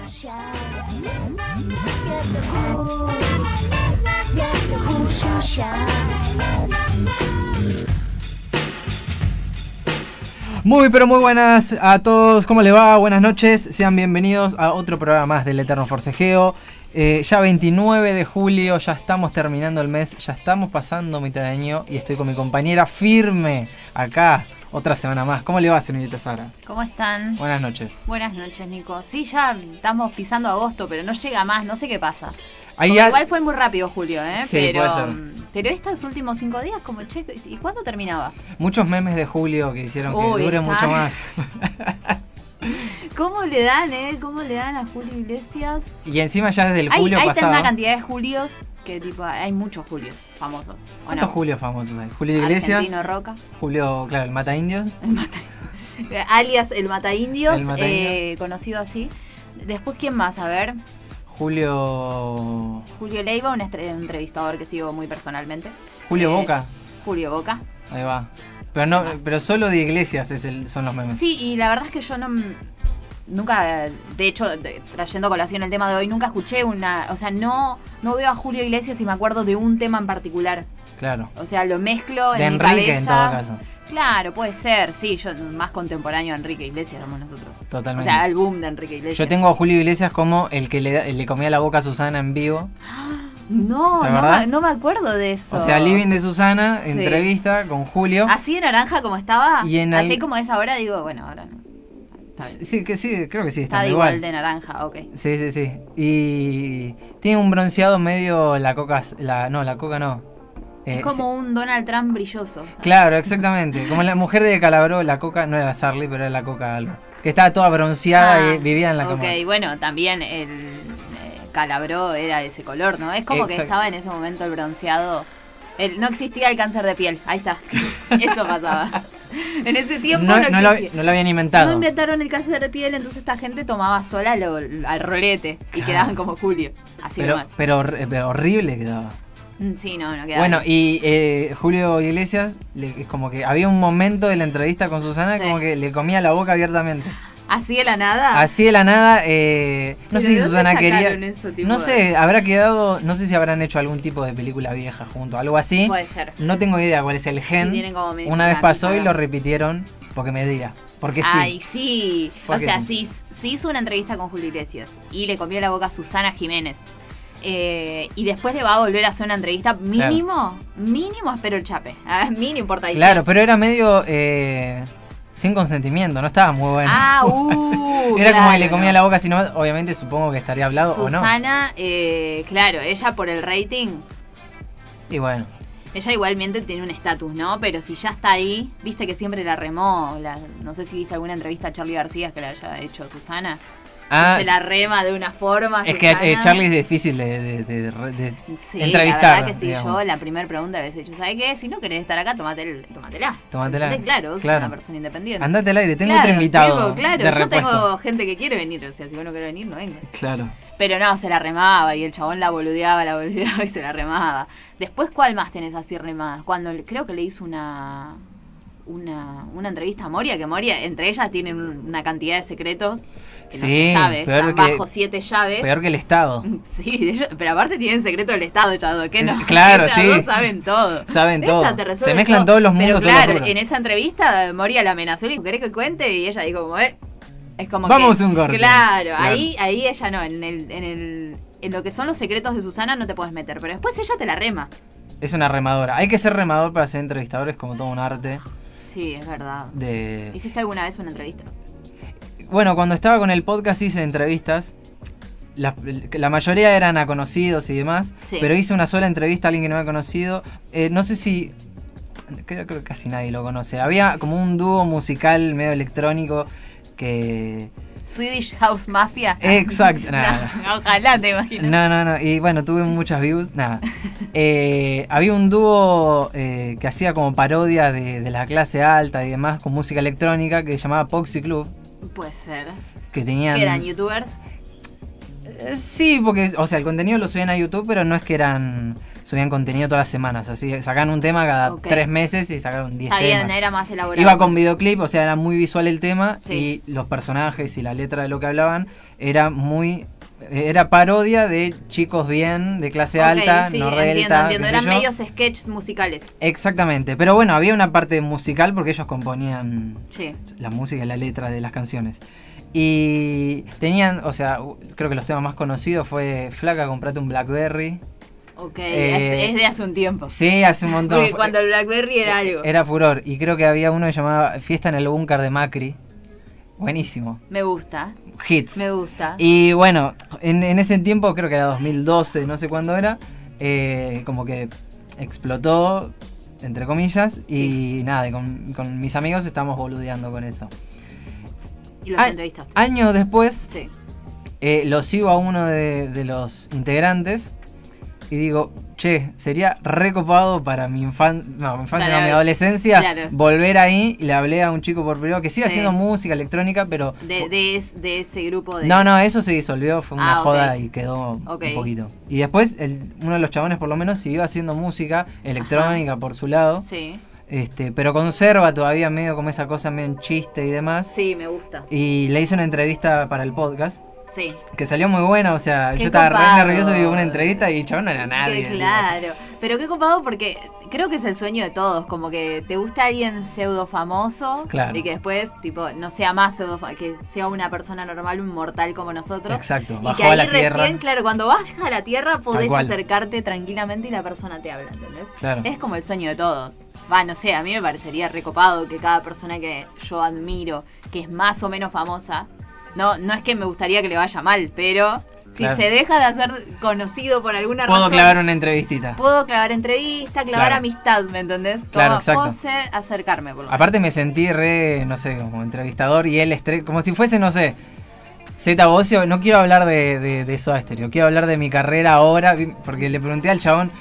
Muy pero muy buenas a todos, ¿cómo les va? Buenas noches, sean bienvenidos a otro programa más del Eterno Forcejeo. Ya 29 de julio, ya estamos terminando el mes, ya estamos pasando mitad de año y estoy con mi compañera firme acá, otra semana más. ¿Cómo le va, señorita Sara? ¿Cómo están? Buenas noches. Buenas noches, Nico. Sí, ya estamos pisando agosto, pero no llega más, no sé qué pasa. Ya... Igual fue muy rápido julio, ¿eh? Sí, puede ser. Pero estos últimos 5 días, como che, ¿y cuándo terminaba? Muchos memes de julio que hicieron que dure mucho más. ¿Cómo le dan, ¿Cómo le dan a Julio Iglesias? Y encima ya desde el julio pasado. Hay una cantidad de Julios que tipo, hay muchos Julios famosos. ¿Cuántos Julios famosos hay? Julio Iglesias. Argentino Roca. Julio, claro, el Mata Indios. Alias el Mata Indios, conocido así. Después, ¿quién más? A ver. Julio Leiva, un entrevistador que sigo muy personalmente. Julio Boca. Julio Boca. Ahí va. Pero no, pero solo de Iglesias son los memes. Sí, y la verdad es que yo nunca, de hecho, trayendo a colación el tema de hoy, nunca escuché no veo a Julio Iglesias y me acuerdo de un tema en particular. Claro. O sea, lo mezclo de en Enrique, mi cabeza. En todo caso. Claro, puede ser, sí, yo más contemporáneo a Enrique Iglesias somos nosotros. Totalmente. O sea, el boom de Enrique Iglesias. Yo tengo a Julio Iglesias como el que le comía la boca a Susana en vivo. No me acuerdo de eso. O sea, Living de Susana, sí. Entrevista con Julio. Así de naranja como estaba. Y así como es ahora, digo, bueno, ahora no. Sí, creo que sí, está igual de naranja, ok. Sí. Y tiene un bronceado medio la coca no. Es como un Donald Trump brilloso. Claro, exactamente. Como la mujer de Calabró, la coca, no era Sarli, pero era la coca algo. Que estaba toda bronceada y vivía en la cama. Ok, bueno, también el Calabró era de ese color, ¿no? Es como que estaba en ese momento el bronceado. No existía el cáncer de piel, ahí está. Eso pasaba. En ese tiempo no lo habían inventado. No inventaron el cáncer de piel, entonces esta gente tomaba sola al rolete y quedaban como Julio. Así nomás. Pero horrible quedaba. Sí, no quedaba. Bueno, y Julio Iglesias, es como que había un momento de la entrevista con Susana como que le comía la boca abiertamente. ¿Así de la nada? Así de la nada, no sé si Susana quería... No sé, habrá quedado, no sé si habrán hecho algún tipo de película vieja junto, algo así. Puede ser. No tengo idea cuál es el gen. Sí, una vez pasó y lo repitieron porque me diga. Porque sí. Ay, sí. O sea, sí hizo una entrevista con Julio Iglesias y le comió la boca a Susana Jiménez. Y después le va a volver a hacer una entrevista mínimo espero el chape. Mínimo importa. Claro, pero era medio... sin consentimiento, no estaba muy bueno. Era como que le comía la boca, sino obviamente supongo que estaría hablado Susana, o no. Claro, ella por el rating. Y bueno. Ella igualmente tiene un estatus, ¿no? Pero si ya está ahí, viste que siempre la remó. No sé si viste alguna entrevista a Charly García que la haya hecho Susana. Se la rema de una forma. Es Susana. Que Charly es difícil de sí, entrevistar. La verdad que sí, digamos. Yo la primera pregunta a veces, ¿sabes qué? Si no querés estar acá, tómatela. Claro, sos una persona independiente. Andate al aire, tengo otro invitado. Claro, yo tengo gente que quiere venir, o sea, si vos no querés venir, no venga. Claro. Pero no, se la remaba y el chabón la boludeaba y se la remaba. Después, ¿cuál más tenés así remadas? Cuando creo que le hizo una entrevista a Moria, que Moria, entre ellas tienen una cantidad de secretos que no se sabe, están bajo 7 llaves. Peor que el Estado. Sí, pero aparte tienen secreto del Estado, Chado, ¿qué no? Claro, sí. Dos saben todo. Saben todo. Se mezclan todos los mundos. Pero claro, en esa entrevista Moria la amenazó y dijo, ¿querés que cuente? Y ella dijo como, es como vamos que, un corte. Claro, ahí ella no, en lo que son los secretos de Susana no te puedes meter, pero después ella te la rema. Es una remadora. Hay que ser remador para ser entrevistador, es como todo un arte. Sí, es verdad. ¿Hiciste alguna vez una entrevista? Bueno, cuando estaba con el podcast hice entrevistas. La mayoría eran a conocidos y demás. Sí. Pero hice una sola entrevista a alguien que no me ha conocido. No sé si... Creo que casi nadie lo conoce. Había como un dúo musical medio electrónico que... Swedish House Mafia. Exacto. Ojalá te imagines. No. Y bueno, tuve muchas views. Había un dúo que hacía como parodia de la clase alta y demás con música electrónica que se llamaba Poxy Club. Puede ser. Que tenían... ¿Eran youtubers? Sí, porque, o sea, el contenido lo subían a YouTube, pero no es que subían contenido todas las semanas, así, sacaban un tema cada 3 meses y sacaron 10 temas. Está bien, era más elaborado. Iba con videoclip, o sea, era muy visual el tema, sí. y los personajes y la letra de lo que hablaban era parodia de chicos bien, de clase alta, sí, nordelta. Entiendo. Eran medios sketches musicales. Exactamente, pero bueno, había una parte musical porque ellos componían sí. la música y la letra de las canciones. Y tenían, o sea, creo que los temas más conocidos fue Flaca, comprate un Blackberry. Ok, es de hace un tiempo. Sí, hace un montón. Porque cuando el Blackberry era algo. Era furor, y creo que había uno que llamaba Fiesta en el Búnker de Macri. Buenísimo. Me gusta. Hits. Me gusta. Y bueno, en ese tiempo, creo que era 2012, no sé cuándo era, como que explotó, entre comillas, y nada, con mis amigos estamos boludeando con eso. Y los entrevistas. Años después, sí. Lo sigo a uno de los integrantes y digo, che, sería recopado para mi infancia, mi adolescencia, claro, volver ahí. Y le hablé a un chico por privado que sigue haciendo música electrónica, pero... De ese grupo de... No, eso se disolvió, fue una joda y quedó un poquito. Y después, uno de los chabones por lo menos siguió haciendo música electrónica por su lado. Sí. Pero conserva todavía medio como esa cosa, medio en chiste y demás. Sí, me gusta. Y le hice una entrevista para el podcast. Sí. Que salió muy buena, o sea, qué yo estaba copado. Re nervioso y una entrevista y chabón no era nadie. Claro, pero qué copado porque creo que es el sueño de todos, como que te gusta alguien pseudo famoso, claro, y que después, tipo, no sea más pseudo, que sea una persona normal, un mortal como nosotros. Exacto, y bajó que ahí a la tierra. Recién, claro, cuando vas a la tierra podés acercarte tranquilamente y la persona te habla, ¿entendés? Claro. Es como el sueño de todos. No sé, a mí me parecería recopado que cada persona que yo admiro, que es más o menos famosa, no es que me gustaría que le vaya mal, pero si se deja de hacer conocido por alguna razón... Puedo clavar una entrevistita. Puedo clavar entrevista, clavar amistad, ¿me entendés? Claro, exacto. Puedo acercarme, por lo menos. Aparte me sentí no sé, como entrevistador y él, como si fuese, no sé, Zeta Bosio. No quiero hablar de Soda Stereo, quiero hablar de mi carrera ahora, porque le pregunté al chabón...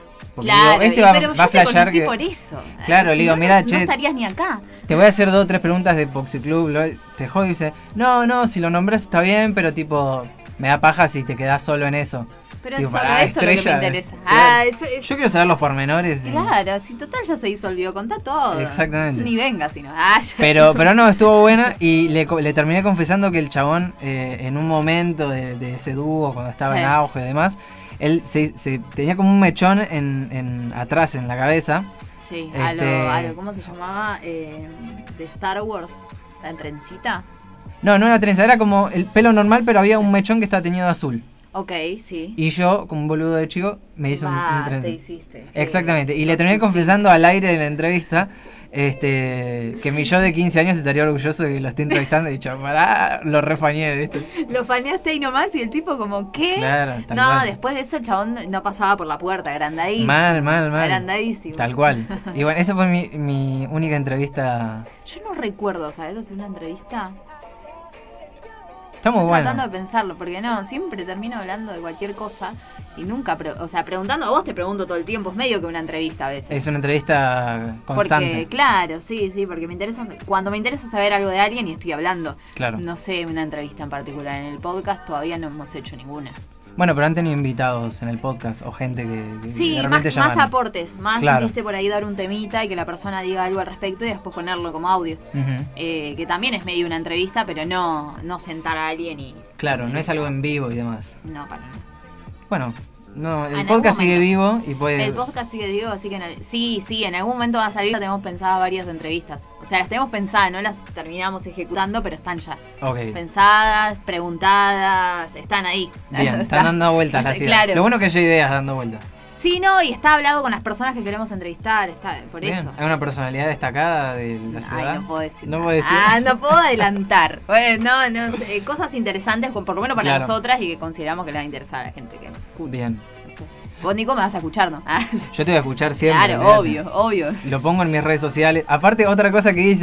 Claro, digo, pero va a flashear que... por eso. Claro, le digo, mira, no estarías ni acá. Te voy a hacer 2 o 3 preguntas de Boxy Club. Te jode y dice, no, si lo nombras está bien, pero tipo, me da paja si te quedás solo en eso. Pero tipo, solo eso es lo que me interesa. Yo quiero saber los pormenores. Claro, si total ya se disolvió, contá todo. Exactamente. Ni venga, sino. Pero no, estuvo buena y le terminé confesando que el chabón, en un momento de ese dúo, cuando estaba en auge y demás, él se tenía como un mechón atrás en la cabeza. Sí, a lo ¿cómo se llamaba? De Star Wars, la trencita. No era trenza, era como el pelo normal, pero había un mechón que estaba teñido de azul. Ok, sí. Y yo, como un boludo de chico, me hice un trenza. Te hiciste. Exactamente, y le terminé confesando al aire de la entrevista que mi yo de 15 años estaría orgulloso de que lo esté entrevistando. Y dicho, lo refañé, ¿viste? Lo fañaste ahí nomás y el tipo como, ¿qué? Claro, tal cual. Después de eso el chabón no pasaba por la puerta, agrandadísimo. Mal. Agrandadísimo. Tal cual. Y bueno, esa fue mi única entrevista. Yo no recuerdo, ¿sabes? Hacer una entrevista. Está muy bueno. Tratando de pensarlo, porque siempre termino hablando de cualquier cosa y nunca, preguntando a vos te pregunto todo el tiempo, es medio que una entrevista a veces. Es una entrevista constante. Porque, claro, sí, porque cuando me interesa saber algo de alguien y estoy hablando. Claro. No sé, una entrevista en particular. En el podcast todavía no hemos hecho ninguna. Bueno, pero han tenido invitados en el podcast o gente que sí, de repente llaman. más aportes, viste por ahí dar un temita y que la persona diga algo al respecto y después ponerlo como audio. Uh-huh. Que también es medio una entrevista, pero no sentar a alguien y... Claro, no es algo en vivo y demás. No, para nada. Bueno, el podcast sigue vivo y puede... El podcast sigue vivo, así que sí, en algún momento va a salir. Tenemos pensadas varias entrevistas. O sea, las tenemos pensadas, no las terminamos ejecutando, pero están ya. Okay. Pensadas, preguntadas, están ahí. Bien, están dando vueltas las ideas. Claro. Lo bueno es que haya ideas dando vueltas. Sí, y está hablado con las personas que queremos entrevistar, por bien. Eso. ¿Hay una personalidad destacada de la ciudad? No puedo decir. No puedo decir. No puedo adelantar. Bueno, cosas interesantes, por lo menos para nosotras y que consideramos que le va a interesar a la gente que nos escucha. Bien. Vos, Nico, me vas a escuchar, ¿no? Yo te voy a escuchar siempre. Claro, obvio. Lo pongo en mis redes sociales. Aparte, otra cosa que hice,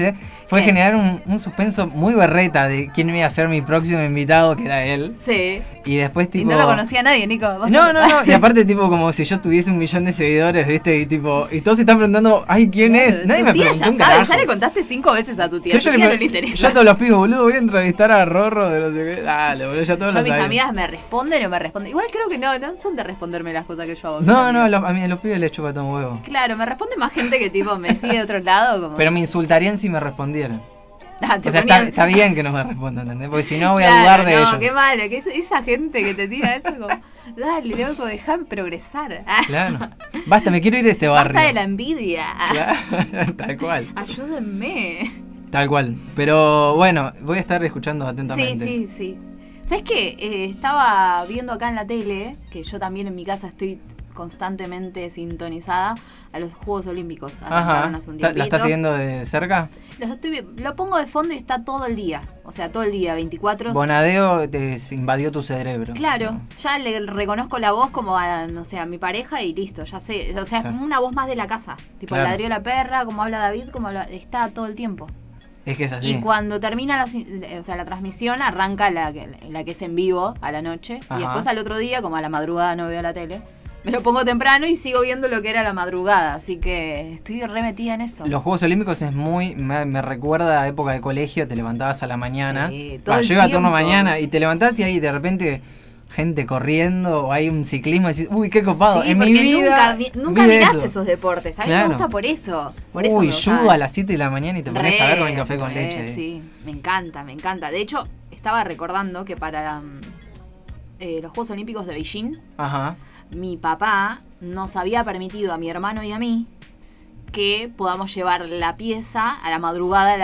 fue ¿Qué? generar un suspenso muy berreta de quién iba a ser mi próximo invitado, que era él. Sí. Y después tipo... Y no lo conocía nadie, Nico. ¿Vos No, sabés? y aparte tipo como si yo tuviese 1 millón de seguidores, ¿viste? Y tipo, y todos se están preguntando, ay, ¿quién Claro, es? Nadie tu me tía preguntó ya un sabe, carajo. ya le contaste 5 veces a tu tía. Yo Tu ya tía le no le interesa. yo a todos los pibos, boludo, voy a entrevistar a Rorro de no sé qué. Dale, boludo, ya todos Yo lo mis saben. amigas me responden o me responden. Igual creo que no son de responderme las cosas que yo hago. mis No, amigas. a mí a los pibes les chupa todo un huevo. Claro, me responde más gente que tipo me sigue de otro lado. Como... Pero me insultarían si me respondieran. Ah, te O sea, ponían- está bien que no me respondan, ¿entendés? Porque si no voy a Claro, dudar de no, ellos. qué malo, que esa gente que te tira eso como, dale, loco, dejame progresar. Claro. Basta, me quiero ir de este barrio. Basta de la envidia. Claro, tal cual. Ayúdenme. Tal cual. Pero bueno, voy a estar escuchando Sí, atentamente. sí. ¿Sabes qué? Estaba viendo acá en la tele, que yo también en mi casa estoy constantemente sintonizada a los Juegos Olímpicos. Ajá. Arrancaron hace un ¿La estás tiempito. siguiendo de cerca? Lo pongo de fondo y está todo el día. O sea, todo el día, 24. Bonadeo te invadió tu cerebro. Claro, ya le reconozco la voz como a, no sé, a mi pareja y listo, ya sé. O sea, es Claro. como una voz más de la casa. Tipo, Claro. el ladrió la perra, como habla David, está todo el tiempo. Es que es así. Y cuando termina la transmisión, arranca la que es en vivo a la noche. Ajá. Y después al otro día, como a la madrugada no veo la tele, me lo pongo temprano y sigo viendo lo que era la madrugada. Así que estoy remetida en eso. Los Juegos Olímpicos es me recuerda a época de colegio, te levantabas a la mañana. Sí, todo el yo iba a turno tiempo. mañana y te levantás y ahí de repente gente corriendo o hay un ciclismo y decís, uy, qué copado. Sí, en porque mi vida nunca vi de mirás eso. esos deportes. A mí Claro. me gusta por eso. Por eso Uy, me gusta. judo a las 7 de la mañana y te pones a ver con el café con Re, leche. Sí, me encanta. De hecho, estaba recordando que para los Juegos Olímpicos de Beijing, Ajá. mi papá nos había permitido a mi hermano y a mí que podamos llevar la pieza a la madrugada,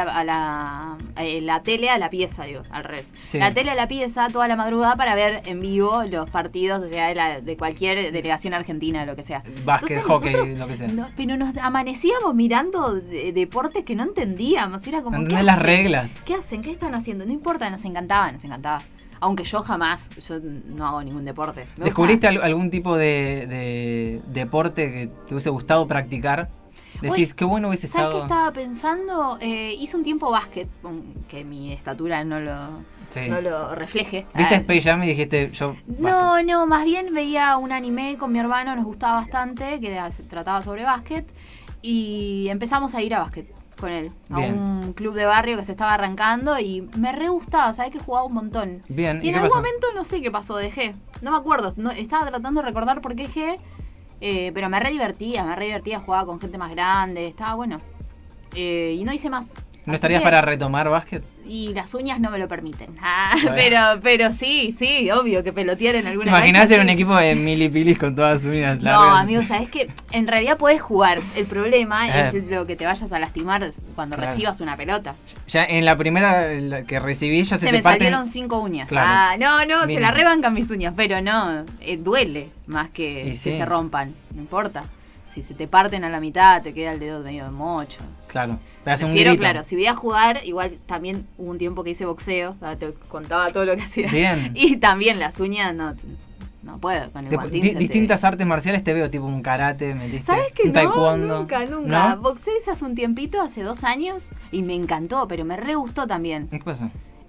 la tele a la pieza, digo, al revés. Sí. La tele a la pieza toda la madrugada para ver en vivo los partidos de cualquier delegación argentina, lo que sea. Básquet, Entonces hockey, nosotros lo que sea. pero nos amanecíamos mirando deportes que no entendíamos. Era como, No ¿qué entendés las hacen? reglas. ¿Qué hacen? ¿Qué están haciendo? No importa, nos encantaba. Aunque yo no hago ningún deporte. Me ¿Descubriste gusta- algún tipo de deporte que te hubiese gustado practicar? Decís, Uy, qué bueno hubiese ¿Sabes estado. qué estaba pensando? Hice un tiempo básquet, que mi estatura no Sí. lo refleje. ¿Viste Ah, Space Jam y dijiste, yo... No, más bien veía un anime con mi hermano, nos gustaba bastante, que se trataba sobre básquet, y empezamos a ir a básquet con él, a Bien. un club de barrio que se estaba arrancando, y me re gustaba, sabés que jugaba un montón. Bien, Y en qué algún pasó? momento no sé qué pasó, dejé. No me acuerdo, estaba tratando de recordar por qué dejé, pero me re divertía, jugaba con gente más grande, estaba bueno. Y no hice más. ¿No Así estarías que- para retomar básquet? Y las uñas no me lo permiten. Bueno. Pero sí, obvio que pelotear en ¿Te alguna imaginás cancha, ser un sí. equipo de milipilis con todas sus uñas No, largas? amigo, sabes que en realidad podés jugar. El problema es Eh. lo que te vayas a lastimar cuando Claro. recibas una pelota. Ya en la primera que recibí ya se, Se te me parten... salieron 5 uñas. Claro. No, se Mínimo. la rebancan mis uñas, pero no, duele más que Y que sí. se rompan. No importa. Si se te parten a la mitad, te queda el dedo medio de mocho. Claro, te hace un Prefiero, grito. claro, si voy a jugar, igual también hubo un tiempo que hice boxeo, te contaba todo lo que hacía. Bien. Y también las uñas no puedo, con el guantín se te- Distintas artes marciales te veo, tipo un karate, metiste ¿Sabes que un taekwondo. no? Nunca. ¿No? Boxeo hice hace un tiempito, hace 2 años, y me encantó, pero me re gustó también. ¿Qué pasa?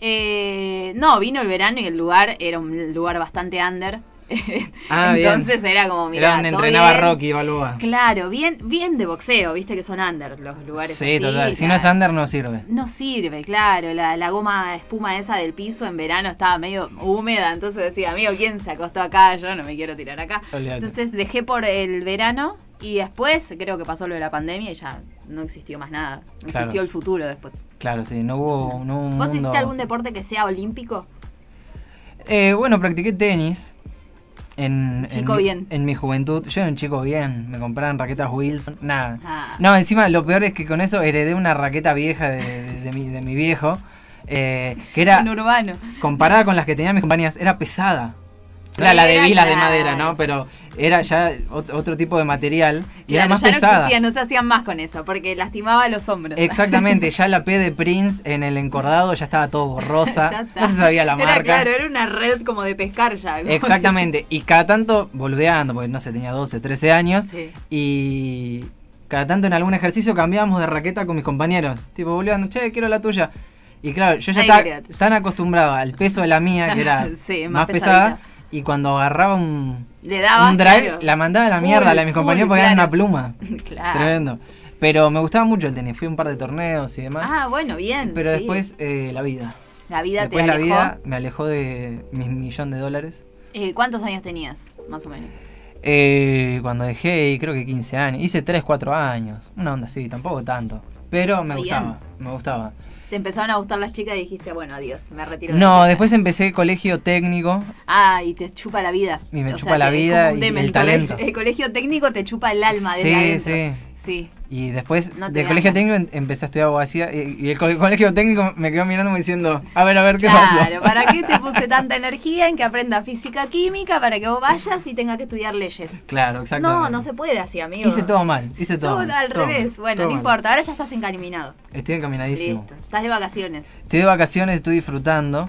No, vino el verano y el lugar era un lugar bastante under. Ah, bien. Entonces era como, mira, Era donde entrenaba Rocky Balboa. Claro, bien de boxeo, viste que son under los lugares Sí, así, total. Si no es claro. under no sirve. No sirve, claro. La goma espuma esa del piso en verano estaba medio húmeda. Entonces decía, amigo, ¿quién se acostó acá? Yo no me quiero tirar acá. Olvídate. Entonces dejé por el verano y después creo que pasó lo de la pandemia y ya no existió más nada. No Claro. existió el futuro después. Claro, sí, no hubo un ¿Vos mundo- hiciste algún deporte que sea olímpico? Bueno, practiqué tenis. Chico bien. En mi juventud. Yo era un chico bien. Me compraban raquetas Wilson. Nada. Ah. No, encima lo peor es que con eso heredé una raqueta vieja de mi viejo. Que era, En urbano. comparada con las que tenían mis compañías, era pesada. Era Sí, la de era vilas de claro. madera, ¿no? Pero era ya otro tipo de material y era Claro, más ya pesada. no existía, no se hacían más con eso, porque lastimaba los hombros. Exactamente, ya la P de Prince en el encordado ya estaba todo borrosa. Ya está. No se sabía la marca. Era claro, era una red como de pescar ya. como Exactamente, y cada tanto boludeando, porque no sé, tenía 12, 13 años, Sí. y cada tanto en algún ejercicio cambiábamos de raqueta con mis compañeros. Tipo, boludo, che, quiero la tuya. Y claro, yo ya estaba tan acostumbrado al peso de la mía, que era sí, más pesada, y cuando agarraba un drive, claro, la mandaba a la mierda a mis compañeros porque era una pluma. Claro. Tremendo. Pero me gustaba mucho el tenis, fui a un par de torneos y demás. Ah, bueno, bien. Pero después la vida. La vida después te alejó. La vida me alejó de mis $1.000.000. ¿Cuántos años tenías, más o menos? Cuando dejé, creo que 15 años. Hice 3, 4 años. Una onda así, tampoco tanto. Pero me gustaba. ¿Te empezaron a gustar las chicas y dijiste, bueno, adiós, me retiro? No, después empecé colegio técnico. Ah, y te chupa la vida. Y me chupa la vida y el talento. El colegio técnico te chupa el alma de adentro. Sí. Y después del colegio técnico empecé a estudiar abogacía y el colegio técnico me quedó mirando diciendo, a ver, ¿qué pasa? Claro, ¿para qué te puse tanta energía en que aprenda física, química, para que vos vayas y tengas que estudiar leyes? Claro, exactamente. No se puede así, amigo. Hice todo mal, todo al revés. Bueno, no importa, ahora ya estás encaminado. Estoy encaminadísimo. Listo, estás de vacaciones. Estoy de vacaciones, estoy disfrutando.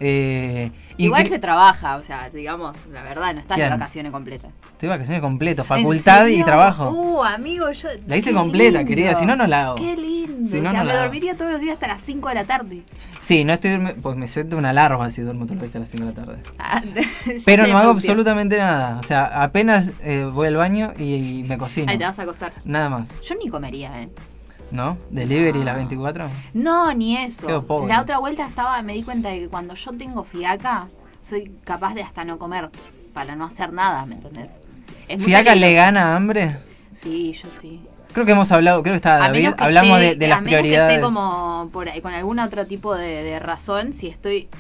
Igual se trabaja, o sea, digamos, la verdad, no estás de vacaciones completas. Estoy de vacaciones completas, facultad y trabajo. Amigo, yo... La hice completa, lindo. Querida, si no, no la hago. Qué lindo, si no, o sea, no me dormiría todos los días hasta las 5 de la tarde. Sí, no estoy pues me siento una alarma si duermo todos los días hasta las 5 de la tarde. Pero no hago absolutamente nada, o sea, apenas voy al baño y me cocino. Ahí te vas a acostar. Nada más. Yo ni comería, ¿No? ¿Delivery las 24? No, ni eso. Quedo pobre. La otra vuelta me di cuenta de que cuando yo tengo fiaca, soy capaz de hasta no comer, para no hacer nada, ¿me entendés? ¿Fiaca le gana hambre? Sí, yo sí. Creo que hemos hablado, creo que estaba David, hablamos de las prioridades. Que esté como por ahí, con algún otro tipo de razón, si estoy,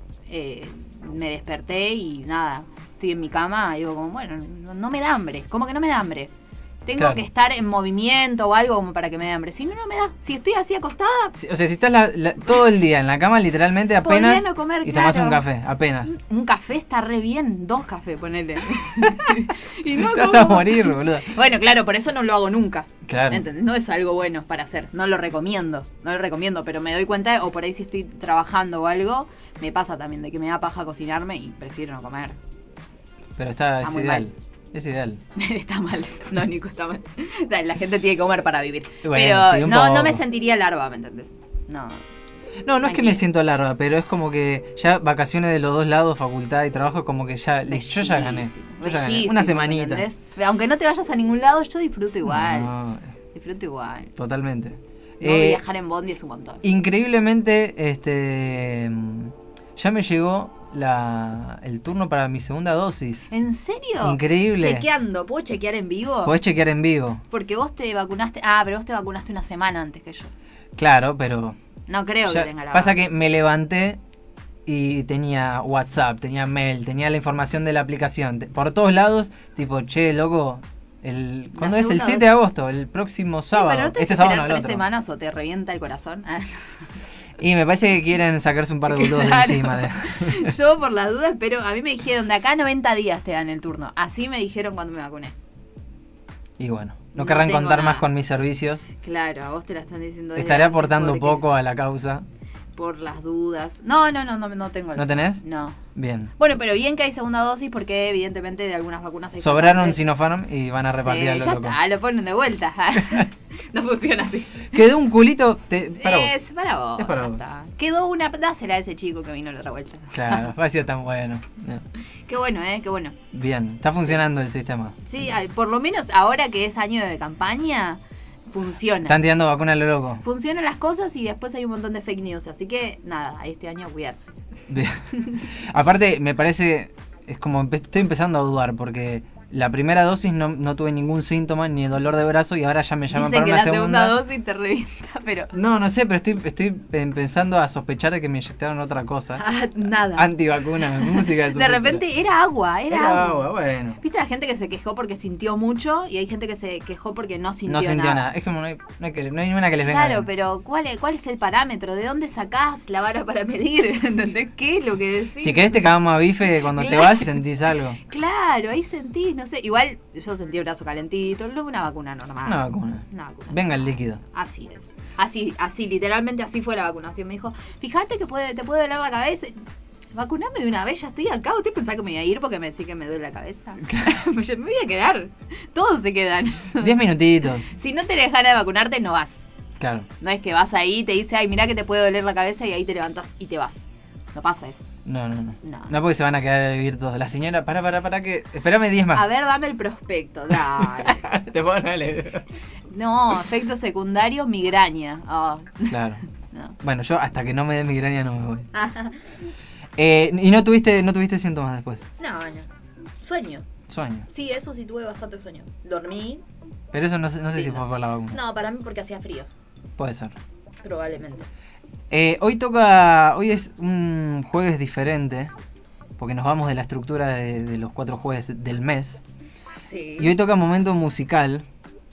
me desperté y nada, estoy en mi cama, digo como, bueno, no me da hambre, ¿cómo que no me da hambre? Tengo que estar en movimiento o algo como para que me dé hambre. Si no, no me da. Si estoy así acostada... O sea, si estás todo el día en la cama, literalmente apenas... No comer, y tomás un café, apenas. Un café está re bien. 2 cafés, ponele. Y no te vas a morir, boludo. Bueno, claro, por eso no lo hago nunca. Claro. ¿Entendés? No es algo bueno para hacer. No lo recomiendo, pero me doy cuenta, o por ahí si estoy trabajando o algo, me pasa también de que me da paja cocinarme y prefiero no comer. Pero es ideal. Es ideal. Está mal. No, Nico, está mal. La gente tiene que comer para vivir. Bueno, pero no me sentiría larva, ¿me entendés? No es que me siento larva, pero es como que ya vacaciones de los dos lados, facultad y trabajo, como que ya yo ya gané. Una semanita. Aunque no te vayas a ningún lado, yo disfruto igual. Disfruto igual. Totalmente. Viajar en Bondi es un montón. Increíblemente, ya me llegó el turno para mi segunda dosis. ¿En serio? Increíble. Chequeando, ¿puedo chequear en vivo? Podés chequear en vivo. Porque vos te vacunaste, pero vos te vacunaste una semana antes que yo. Claro, pero... No creo que tenga la pasa que me levanté y tenía WhatsApp, tenía mail, tenía la información de la aplicación. Por todos lados, tipo, che, loco... ¿Cuándo es? El 7 de agosto, el próximo sábado. Pero no te sábado no, 3 semanas o te revienta el corazón. Y me parece que quieren sacarse un par de boludos de encima. Yo por las dudas, pero a mí me dijeron de acá 90 días te dan el turno. Así me dijeron cuando me vacuné. Y bueno, no querrán contar nada más con mis servicios. Claro, a vos te la están diciendo. Estaré aportando poco a la causa. Por las dudas. No tengo. ¿No tenés? No. Bien. Bueno, pero bien que hay segunda dosis porque evidentemente de algunas vacunas hay... Sobraron Sinopharm y van a repartir a lo ya loco. Está, lo ponen de vuelta. No funciona así. Quedó un culito para vos. Es para vos. Es para ya vos. Está. Quedó una... Dásela a ese chico que vino la otra vuelta. Claro, ha sido tan bueno. No. Qué bueno, qué bueno. Bien, está funcionando el sistema. Sí, por lo menos ahora que es año de campaña... Funciona. Están tirando vacuna a lo loco. Funcionan las cosas y después hay un montón de fake news. Así que, nada, este año cuidarse. Bien. Aparte, me parece... Es como... Estoy empezando a dudar porque... La primera dosis no tuve ningún síntoma ni dolor de brazo y ahora ya me llaman para una segunda. La segunda dosis te revienta, pero... No sé, pero estoy pensando a sospechar de que me inyectaron otra cosa. Nada. Antivacuna, música de De repente era agua, Era agua, bueno. ¿Viste la gente que se quejó porque sintió mucho y hay gente que se quejó porque no sintió nada? No sintió nada. Es como no hay ninguna que les venga. Claro, pero ¿cuál es el parámetro? ¿De dónde sacás la vara para medir? ¿Entendés qué es lo que decís? Si querés te cagamos a bife cuando te vas y sentís algo. Claro, ahí sentís, no sé, igual yo sentí el brazo calentito, luego una vacuna normal. Una vacuna. Venga el líquido. Así es. Así, literalmente así fue la vacunación. Me dijo, fíjate que te puede doler la cabeza. vacuname de una vez, ya estoy acá. ¿Usted pensaba que me iba a ir porque me decía que me duele la cabeza? Yo me voy a quedar. Todos se quedan. 10 minutitos. Si no tenés ganas de vacunarte, no vas. Claro. No es que vas ahí y te dice, ay, mirá que te puede doler la cabeza y ahí te levantas y te vas. No pasa eso. No. No, porque se van a quedar a vivir todos. La señora, para que... Espérame 10 más. A ver, dame el prospecto, dale. Te pongo dale. No, efecto secundario, migraña. Oh. Claro. No. Bueno, yo hasta que no me dé migraña no me voy. ¿Y no tuviste síntomas después? No. Sueño. Sueño. Sí, eso sí tuve bastante sueño. Dormí. Pero eso no sé Sí, si fue por la vacuna. No, para mí porque hacía frío. Puede ser. Probablemente. Hoy es un jueves diferente, porque nos vamos de la estructura de los 4 jueves del mes. Sí. Y hoy toca momento musical.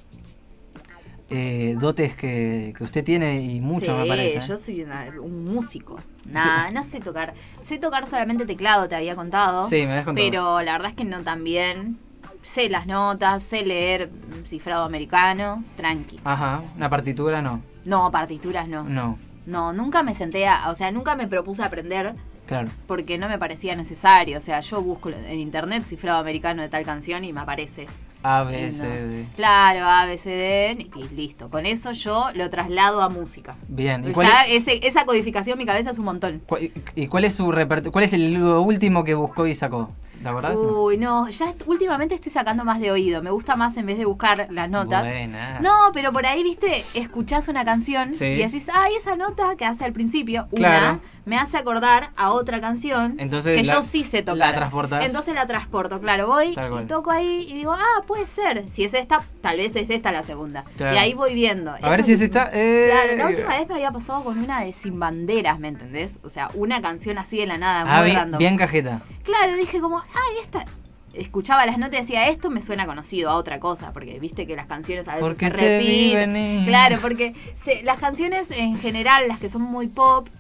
Dotes que usted tiene y mucho, sí, me parece. Yo soy un músico. No sé tocar. Sé tocar solamente teclado, te había contado. Sí, me habías contado. Pero la verdad es que no tan bien. Sé las notas, sé leer cifrado americano, tranqui. Ajá, una partitura no. No, partituras no. No, nunca me senté nunca me propuse aprender. Claro. Porque no me parecía necesario. O sea, yo busco en internet cifrado americano de tal canción y me aparece. A, B, C, D. Claro, A, B, C, D y listo. Con eso yo lo traslado a música. Bien. ¿Y esa codificación en mi cabeza es un montón. ¿Y cuál es su repertorio? ¿Cuál es el último que buscó y sacó? ¿Te acordás? Uy, no, ya últimamente estoy sacando más de oído. Me gusta más en vez de buscar las notas. Buena. No, pero por ahí, viste, escuchás una canción y decís, ay, esa nota que hace al principio, claro, me hace acordar a otra canción. Entonces, que yo sí sé tocar. La transportás. Entonces la transporto, claro, voy y toco ahí y digo, puede ser. Si es esta, tal vez es esta la segunda. Claro. Y ahí voy viendo. A ver si es esta. Claro, la última vez me había pasado con una de Sin Banderas, ¿me entendés? O sea, una canción así de la nada, muy random. Bien cajeta. Claro, dije como, esta... Escuchaba las notas y decía, esto me suena conocido a otra cosa, porque viste que las canciones a veces porque se repiten. Claro, porque las canciones en general, las que son muy pop,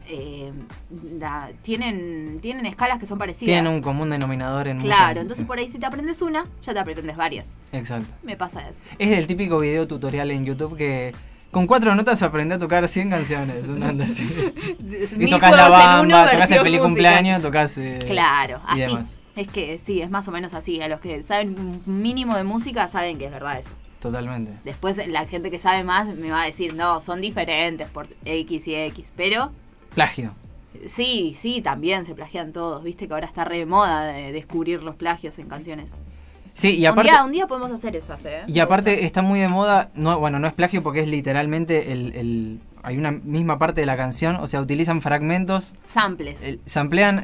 tienen escalas que son parecidas. Tienen un común denominador en Claro, entonces por ahí si te aprendes una, ya te aprendes varias. Exacto. Me pasa eso. Es el típico video tutorial en YouTube que... Con 4 notas aprendí a tocar 100 canciones. Una onda así. Y tocas la bamba, tocas el feliz cumpleaños, tocas... claro, así. Demás. Es que sí, es más o menos así. A los que saben un mínimo de música saben que es verdad eso. Totalmente. Después la gente que sabe más me va a decir, no, son diferentes por X y X, pero... Plagio. Sí, también se plagian todos. Viste que ahora está re de moda de descubrir los plagios en canciones. Sí, y aparte... Un día podemos hacer esas, Y aparte está muy de moda, no es plagio porque es literalmente hay una misma parte de la canción, o sea, utilizan fragmentos... Samples. Samplean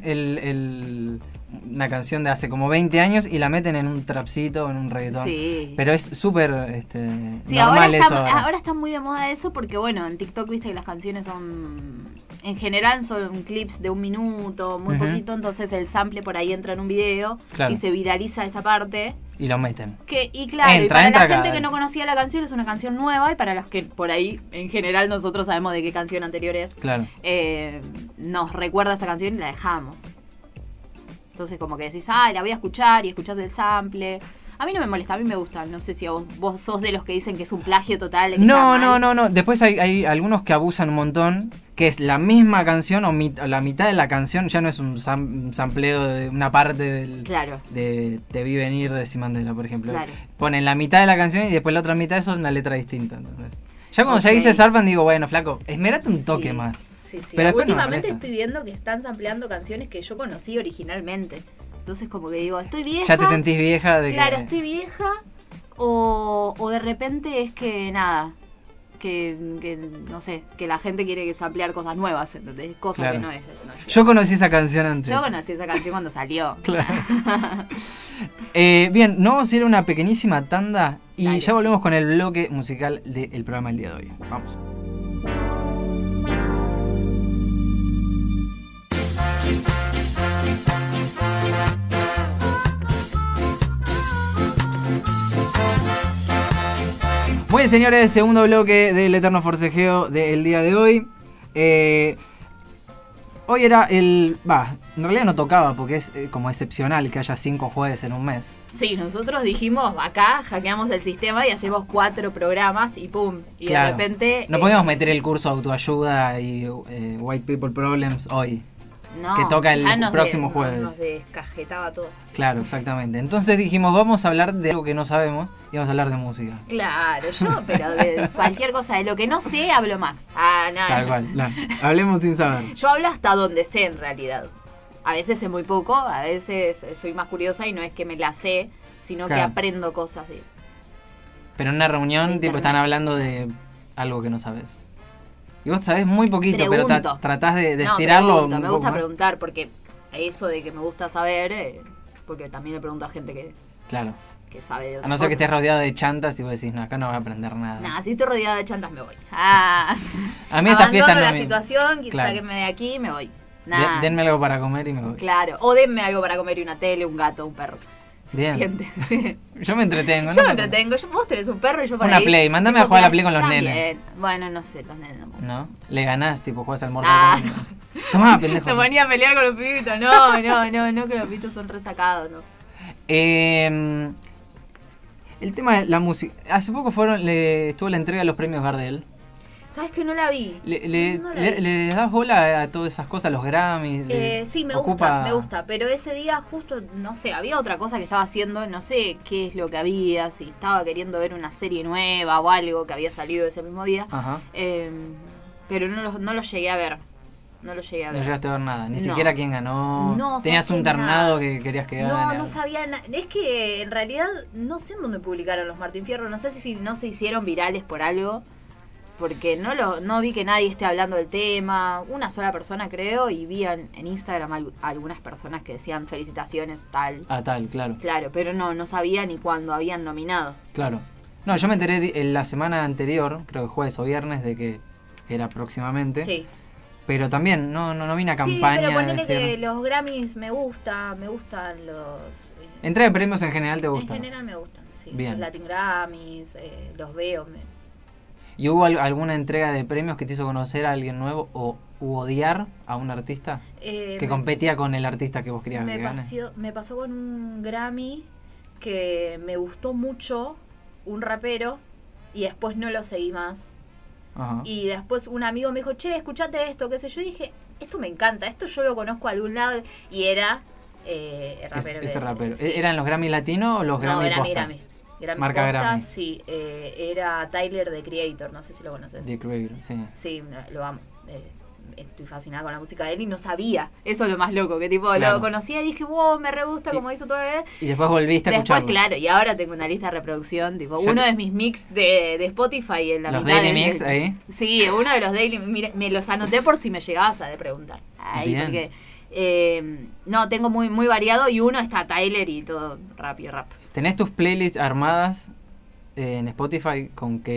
una canción de hace como 20 años y la meten en un trapcito, en un reggaetón. Sí. Pero es súper sí, normal ahora está muy de moda eso porque, bueno, en TikTok viste que las canciones son... En general son clips de 1 minuto, muy poquito, entonces el sample por ahí entra en un video y se viraliza esa parte. Y lo meten. Y claro, y para la gente que no conocía la canción es una canción nueva y para los que por ahí, en general, nosotros sabemos de qué canción anterior es. Claro. Nos recuerda esa canción y la dejamos. Entonces como que decís, la voy a escuchar y escuchás el sample. A mí no me molesta, a mí me gusta. No sé si vos sos de los que dicen que es un plagio total. De que no. Después hay algunos que abusan un montón, que es la misma canción o la mitad de la canción, ya no es un sampleo de una parte de Te vi venir de Sin Bandera, por ejemplo. Claro. Ponen la mitad de la canción y después la otra mitad eso es una letra distinta. Entonces, ya cuando ya dice zarpan digo, bueno, flaco, esmerate un toque más. Sí. Pero últimamente estoy viendo que están sampleando canciones que yo conocí originalmente. Entonces como que digo, estoy vieja. ¿Ya te sentís vieja? Claro, estoy vieja. O de repente es que nada. Que no sé, que la gente quiere samplear cosas nuevas, ¿entendés? Cosas que no es. Yo conocí esa canción antes. Yo conocí esa canción cuando salió. Claro. Bien, nos vamos a ir a una pequeñísima tanda y ya volvemos con el bloque musical del programa del día de hoy. Vamos. Muy bien, señores, segundo bloque del Eterno Forcejeo del día de hoy. Hoy era en realidad no tocaba porque es como excepcional que haya 5 jueves en un mes. Sí, nosotros dijimos, acá hackeamos el sistema y hacemos 4 programas y pum. Y de repente... No podíamos meter el curso de autoayuda y White People Problems hoy. No, que toca ya el próximo nos jueves. descajetaba todo. Claro, exactamente. Entonces dijimos, vamos a hablar de algo que no sabemos y vamos a hablar de música. Claro, pero de cualquier cosa, de lo que no sé, hablo más. Nada. Tal cual, hablemos sin saber. Yo hablo hasta donde sé, en realidad. A veces sé muy poco, a veces soy más curiosa y no es que me la sé, sino que Claro. aprendo cosas de... Pero en una reunión, De tipo, internet. están hablando de algo que no sabes. Y vos sabés muy poquito, pero Pregunto. tratás de No, estirarlo pregunto, un me poco gusta más. preguntar, porque eso de que me gusta saber, porque también le pregunto a gente Claro. que sabe de A otras no ser que cosas. estés rodeado de chantas y vos decís, no, acá no voy a aprender nada. Nah, si estoy rodeada de chantas me voy. A mí esta fiesta Abandono no la me... situación, Claro. sáquenme de aquí y me voy. Nah. Denme algo para comer y me voy. Claro, o denme algo para comer y una tele, un gato, un perro. Bien. Suficiente. Yo me entretengo, Yo ¿no? me entretengo, vos tenés un perro y yo por Una ahí. Play, mándame tipo, a jugar a la mirá, Play con los también. nenes. Bueno, no sé, los nenes no. ¿No? Le ganás, tipo, juegas al Mortal Ah, Kombat. Tomá, pendejo. Se ponía a pelear con los pibitos. No, que los pibitos son resacados, no. El tema de la música. Hace poco estuvo la entrega de los premios Gardel. ¿Sabes que no la vi? No la vi. ¿Le das bola a todas esas cosas, los Grammys? Sí, me gusta, pero ese día justo, no sé, había otra cosa que estaba haciendo, no sé qué es lo que había, si estaba queriendo ver una serie nueva o algo que había salido ese mismo día, Ajá. pero no lo llegué a ver. No lo llegué a No ver. llegaste a ver nada, ni No. siquiera quién ganó. No, Tenías ¿sabes un qué? ternado Nada. que querías que gane. No sabía nada. Es que en realidad no sé en dónde publicaron los Martín Fierro. No sé si no se hicieron virales por algo. Porque no vi que nadie esté hablando del tema. Una sola persona creo. Y vi en Instagram algunas personas que decían felicitaciones, tal. Ah, tal, claro. Claro, pero no sabía ni cuándo habían nominado. Claro. No, yo me enteré en la semana anterior, creo que jueves o viernes, de que era próximamente. Sí. Pero también no vi una Sí, campaña pero de ponele decir... que los Grammys me gustan los... Entrega de premios en general te gusta. En general me gustan, sí. Bien. Los Latin Grammys, los veo. ¿Y hubo alguna entrega de premios que te hizo conocer a alguien nuevo o odiar a un artista que competía con el artista que vos querías que gane? Me pasó con un Grammy que me gustó mucho, un rapero, y después no lo seguí más. Ajá. Y después un amigo me dijo, che, escuchate esto, qué sé yo. Y dije, esto me encanta, esto yo lo conozco a algún lado. Y era el rapero. Ese rapero. Sí. ¿Eran los Grammy latinos o los Grammy No, posta? Grammy. Marca posta, Grammy. Sí, era Tyler, The Creator, no sé si lo conoces. The Creator, sí. Sí, lo amo. Estoy fascinada con la música de él y no sabía. Eso es lo más loco, que tipo Claro. lo conocía y dije, wow, me re gusta como hizo todo el... Y después volviste a Después, escucharlo. claro, y ahora tengo una lista de reproducción, tipo, Ya uno de mis mix de Spotify en la ¿Los mitad Daily del- Mix ahí? Sí, uno de los Daily mira, me los anoté por si me llegabas a preguntar. Ahí, Bien. porque no, tengo muy muy variado y uno está Tyler y todo rap y rap. ¿Tenés tus playlists armadas en Spotify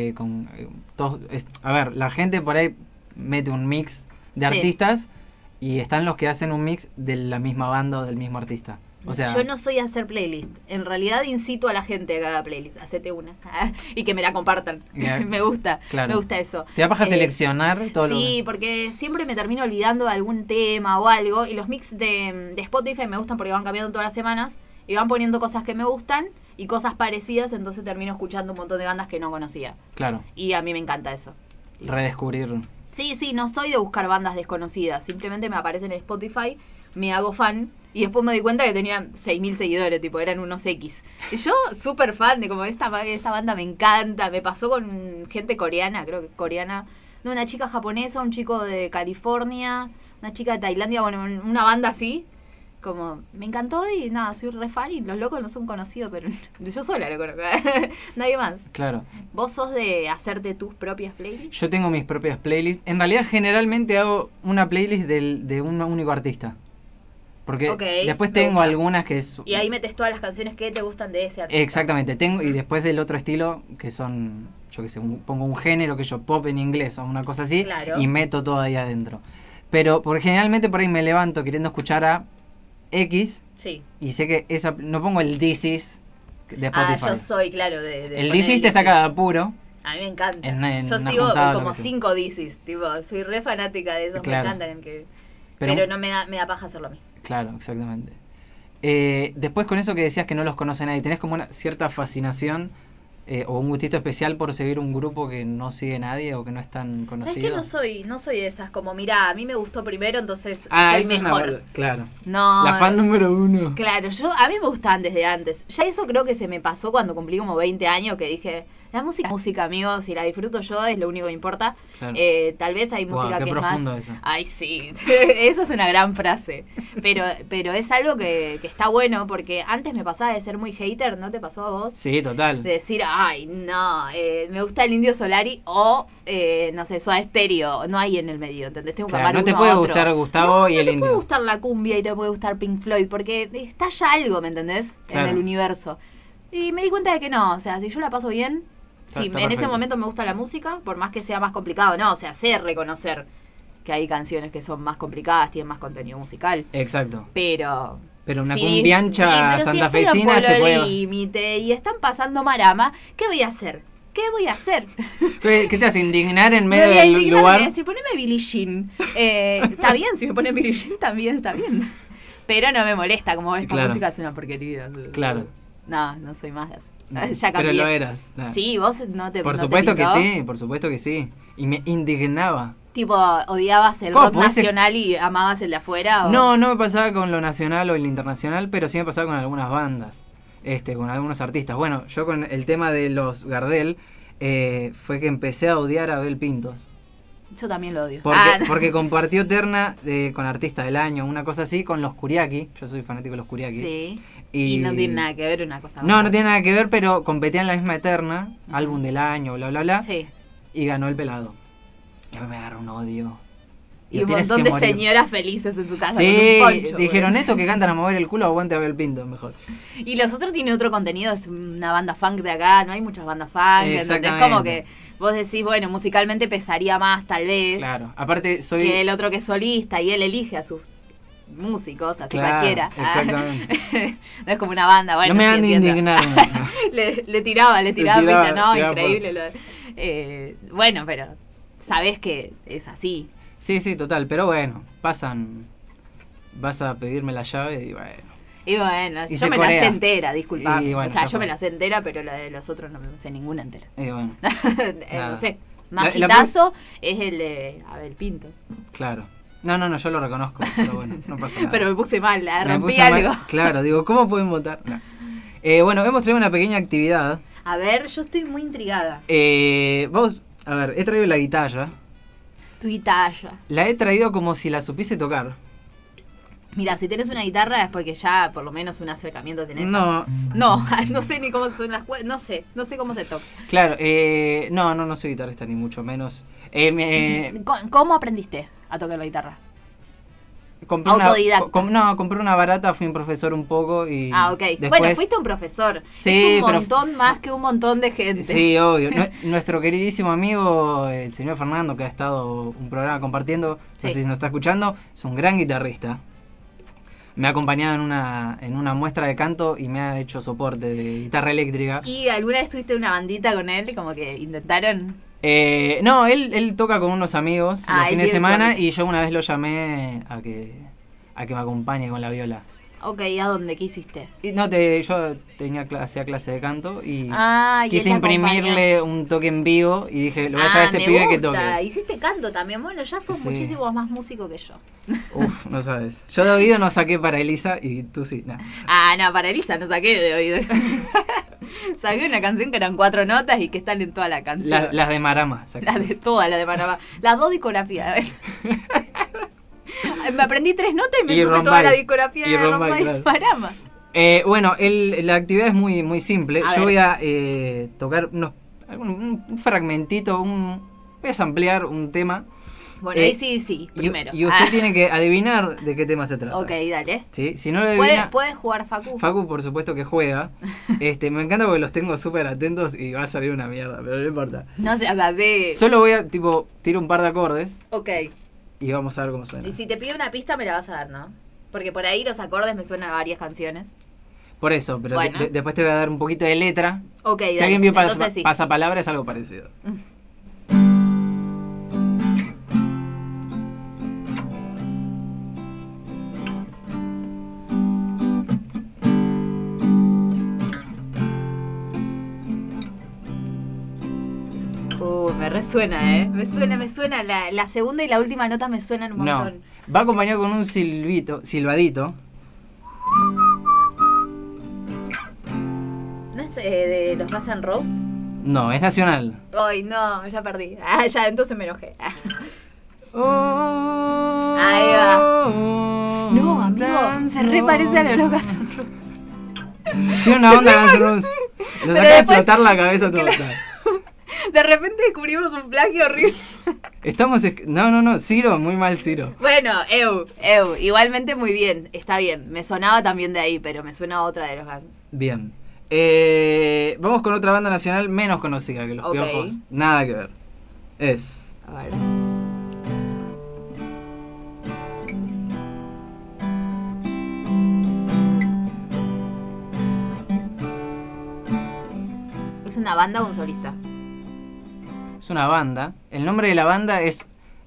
todos? A ver, la gente por ahí mete un mix de Sí. artistas y están los que hacen un mix de la misma banda o del mismo artista. O sea, Yo no soy a hacer playlist. En realidad incito a la gente a que haga playlist. Hacete una. Y que me la compartan. Bien. Me gusta. Claro. Me gusta eso. ¿te da paja Eh, seleccionar todo Sí, porque siempre me termino olvidando de algún tema o algo. Y los mix de Spotify me gustan porque van cambiando todas las semanas. Y van poniendo cosas que me gustan y cosas parecidas. Entonces termino escuchando un montón de bandas que no conocía. Claro, Y a mí me encanta eso. redescubrir. Sí, no soy de buscar bandas desconocidas. Simplemente me aparecen en Spotify, me hago fan y después me di cuenta que tenían 6.000 seguidores, tipo, eran unos X. Y yo, súper fan de como esta banda me encanta. Me pasó con gente coreana, creo que coreana. No, una chica japonesa, un chico de California, una chica de Tailandia, bueno, una banda así. Como, me encantó y nada, soy re fan y los locos no son conocidos, pero yo sola lo conozco. Nadie más. Claro. ¿Vos sos de hacerte tus propias playlists? Yo tengo mis propias playlists. En realidad, generalmente hago una playlist de un único artista. Porque Ok, después me tengo gusta. algunas que es... Y ahí metes todas las canciones que te gustan de ese artista. Exactamente, tengo y después del otro estilo que son, yo qué sé, pongo un género que yo pop en inglés o una cosa así Claro. y meto todo ahí adentro. Pero porque generalmente por ahí me levanto queriendo escuchar a X Sí. y sé que esa no pongo el This Is de Spotify. Yo soy, claro, de el poner This Is te saca de apuro. A mí me encanta. en Yo una sigo juntada, como lo que sea. 5 DCs, tipo, soy re fanática de esos, Claro. me encantan. Pero- Pero no me da paja hacerlo a mí. Claro, exactamente. Después con eso que decías que no los conoce nadie, tenés como una cierta fascinación o un gustito especial por seguir un grupo que no sigue nadie o que no es tan conocido? ¿Sabes que no soy de esas? Como, mirá, a mí me gustó primero, entonces Ah, soy eso mejor. claro. No. La fan número 1. Claro, a mí me gustaban desde antes. Ya eso creo que se me pasó cuando cumplí como 20 años, que dije, la música, amigos, si la disfruto yo es lo único que importa. Claro. Tal vez hay música Qué que es más... profundo eso. Ay, sí, esa es una gran frase. Pero es algo que está bueno, porque antes me pasaba de ser muy hater, ¿no te pasó a vos? Sí, total. De decir, ay, no, me gusta el Indio Solari o, no sé, Soda Stereo. No hay en el medio, ¿entendés? Tengo que amar no te uno puede a otro. gustar Gustavo y el No te Indio. puede gustar la cumbia y te puede gustar Pink Floyd, porque está ya algo, ¿me entendés? Claro. En el universo. Y me di cuenta de que no, o sea, si yo la paso bien, Está en perfecto. ese momento me gusta la música, por más que sea más complicado, ¿no? O sea, sé reconocer que hay canciones que son más complicadas, tienen más contenido musical. Exacto. Pero una sí, cumbiancha pero santafesina si se puede... límite y están pasando marama, ¿qué voy a hacer? ¿Qué voy a hacer? ¿Qué te hace indignar en Me medio voy a del indignar, lugar? voy a decir, poneme Billie Jean. Está bien, si me ponen Billie Jean también está bien. Pero no me molesta, como esta Claro. música es una porquería. Claro. No soy más de eso. Ya cambié. Pero lo eras. Nah. Sí, vos no te Por no te supuesto que pintó. sí, por supuesto que sí. Y me indignaba. Tipo, odiabas el ¿Cómo rock podés ser- nacional y amabas el de afuera. ¿O? No me pasaba con lo nacional o el internacional, pero sí me pasaba con algunas bandas, con algunos artistas. Bueno, yo con el tema de los Gardel, fue que empecé a odiar a Abel Pintos. Yo también lo odio. Porque compartió terna con Artista del Año, una cosa así, con los Kuriaki. Yo soy fanático de los Kuriaki. Sí. Y no tiene nada que ver una cosa con No otra. tiene nada que ver, pero competían en la misma eterna, álbum del año, bla, bla, bla. Sí. Y ganó el pelado. Y a mí me agarró un odio. Y Lo un tienes montón que de morir. señoras felices en su casa Sí, con un poncho. dijeron güey. esto que cantan a mover el culo, aguante a Abel Pinto, mejor. Y los otros tienen otro contenido, es una banda funk de acá, no hay muchas bandas funk, ¿entendés? Exactamente. Como que vos decís, bueno, musicalmente pesaría más tal vez Claro, aparte soy... que el otro que es solista y él elige a sus músicos, así Claro, cualquiera. exactamente. No es como una banda, bueno. no me sí, han de entiendo. indignar. No. le tiraba tiraba, picha, ¿no? tiraba Increíble. Bueno, pero sabés que es así. Sí, total, pero bueno, pasan... Vas a pedirme la llave y bueno... Y bueno, Y yo se me la corea. sé entera, disculpame. Y bueno, o sea, ya yo fue. me la sé entera, pero la de los otros no me sé ninguna entera. Y bueno, Nada. No sé. Más La- hitazo es el de Abel Pinto. claro. No, yo lo reconozco, pero bueno, no pasa nada. Pero me puse mal, la Me rompí puse algo. mal. Claro, digo, ¿cómo pueden votar? No. Bueno, hemos traído una pequeña actividad. A ver, yo estoy muy intrigada. Vamos, a ver, he traído la guitarra. Tu guitarra. La he traído como si la supiese tocar. Mira, si tenés una guitarra es porque ya por lo menos un acercamiento tenés. No, No sé ni cómo son las no sé cómo se toca. claro, no soy guitarrista ni mucho menos. ¿Cómo aprendiste a tocar la guitarra? Compré Autodidacta. compré una barata, fui un profesor un poco y Ok. después... Bueno, fuiste un profesor. Sí, es un pero- montón más que un montón de gente. Sí, obvio. Nuestro queridísimo amigo, el señor Fernando, que ha estado un programa compartiendo, Sí. no sé si nos está escuchando, es un gran guitarrista. Me ha acompañado en una muestra de canto y me ha hecho soporte de guitarra eléctrica. ¿Y alguna vez tuviste una bandita con él? Como que intentaron. No, él toca con unos amigos Ah, los él fines de tiene su semana amigo. y yo una vez lo llamé a que me acompañe con la viola. Ok, ¿a dónde? ¿Qué hiciste? Y yo hacía clase de canto y Y quise él te imprimirle un toque en vivo y dije, lo voy a llamar a este me pibe que gusta. toque. Hiciste canto también. Bueno, ya sos Sí. muchísimo más músico que yo. Uf, no sabes. Yo de oído no saqué para Elisa y tú sí. Nah. No, para Elisa no saqué de oído. Saqué una canción que eran 4 notas y que están en toda la canción. Las de Marama. saqué. Las de todas, las de Panamá. Las 2 discografías. A ver. Me aprendí 3 notas y me Y supe toda Rombay. la discografía Y de Rombay, Rombay claro. Parama. Bueno, la actividad es muy, muy simple. A Yo ver. voy a tocar un fragmentito, voy a samplear un tema. Bueno, ahí sí, primero. Y usted tiene que adivinar de qué tema se trata. Ok, dale. ¿Sí? Si no lo adivina... ¿Puedes jugar Facu? Facu, por supuesto que juega. Me encanta porque los tengo súper atentos y va a salir una mierda, pero no importa. No seas así. Solo voy a, tiro un par de acordes Ok. y vamos a ver cómo suena. Y si te pido una pista me la vas a dar, ¿no? Porque por ahí los acordes me suenan a varias canciones. Por eso, pero Bueno. después te voy a dar un poquito de letra. Ok, Si dale. alguien vio Entonces sí. pasapalabra es algo parecido. resuena, ¿eh? Me suena. La segunda y la última nota me suenan un montón. No, va acompañado con un silbadito. ¿No es de los Guns N' Roses? No, es nacional. Ay, no, ya perdí. Ya, entonces me enojé. Oh, Ahí va. No, amigo, se reparece a los Guns N' Roses. Tiene una onda Guns N' Roses. Nos acaba de explotar la cabeza todo. De repente descubrimos un plagio horrible. No, Ciro, muy mal Ciro. Bueno, igualmente muy bien, está bien. Me sonaba también de ahí, pero me suena otra de los Guns. Bien. Vamos con otra banda nacional menos conocida que Los Piojos. Nada que ver. A ver. ¿Es una banda o un solista? Es una banda. El nombre de la banda es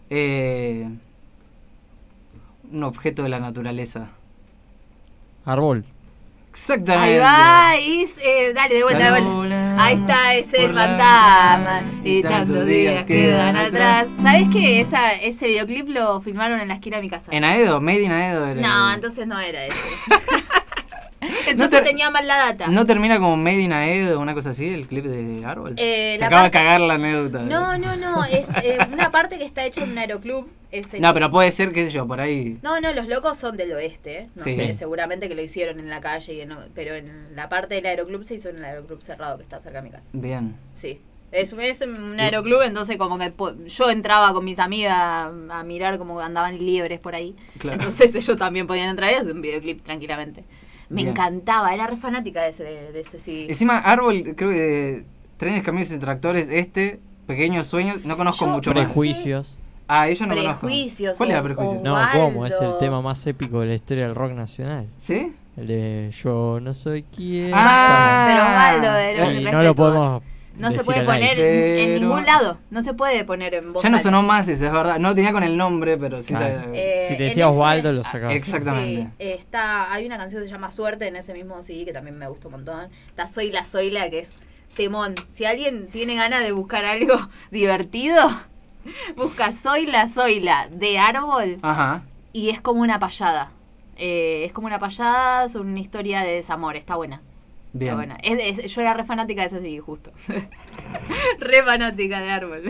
un objeto de la naturaleza. Árbol. Exactamente. Ahí va, dale, de vuelta. Ahí está, es el fantasma. Y tantos días quedan atrás. ¿Sabes qué? Ese videoclip lo filmaron en la esquina de mi casa. ¿En Aedo? ¿Made in Aedo? No, entonces no era ese. Entonces tenía mal la data. ¿No termina como Made in Aedo o una cosa así, el clip de Árbol? Te acaba de cagar la anécdota. No, es una parte que está hecha en un aeroclub. No, pero puede ser, qué sé yo, por ahí. No, los locos son del oeste. No Sí. sé, seguramente que lo hicieron en la calle, pero en la parte del aeroclub se hizo en el aeroclub cerrado que está cerca de mi casa. Bien. Sí. Es un aeroclub, entonces como que yo entraba con mis amigas a mirar cómo andaban libres por ahí. Claro. Entonces ellos también podían entrar y hacer un videoclip tranquilamente. Me Bien. encantaba, era re fanática de ese sí. Encima, Árbol, creo que Trenes, Camiones y Tractores, Pequeños Sueños, no conozco Yo mucho más. Prejuicios. Ellos no conozco. Prejuicios. ¿Cuál era Prejuicios? No, Osvaldo. ¿cómo? Es el tema más épico de la historia del rock nacional. ¿Sí? El de Yo no soy quien. Pero Osvaldo era Y no lo podemos. No se decir puede al poner aire. en Pero- ningún lado. No se puede poner en voz Ya no alta. sonó más ese, es verdad. No lo tenía con el nombre, pero sí. Claro. se- Si te en decía ese- Osvaldo, lo sacabas. Exactamente. Sí, hay una canción que se llama Suerte en ese mismo CD que también me gustó un montón. Está Soyla, que es temón. Si alguien tiene ganas de buscar algo divertido, busca Soyla de Árbol Ajá. y es como una payada. Es como una payada sobre una historia de desamor. Está buena. Bien. Está buena. Yo era re fanática de ese CD, justo. Re fanática de Árbol.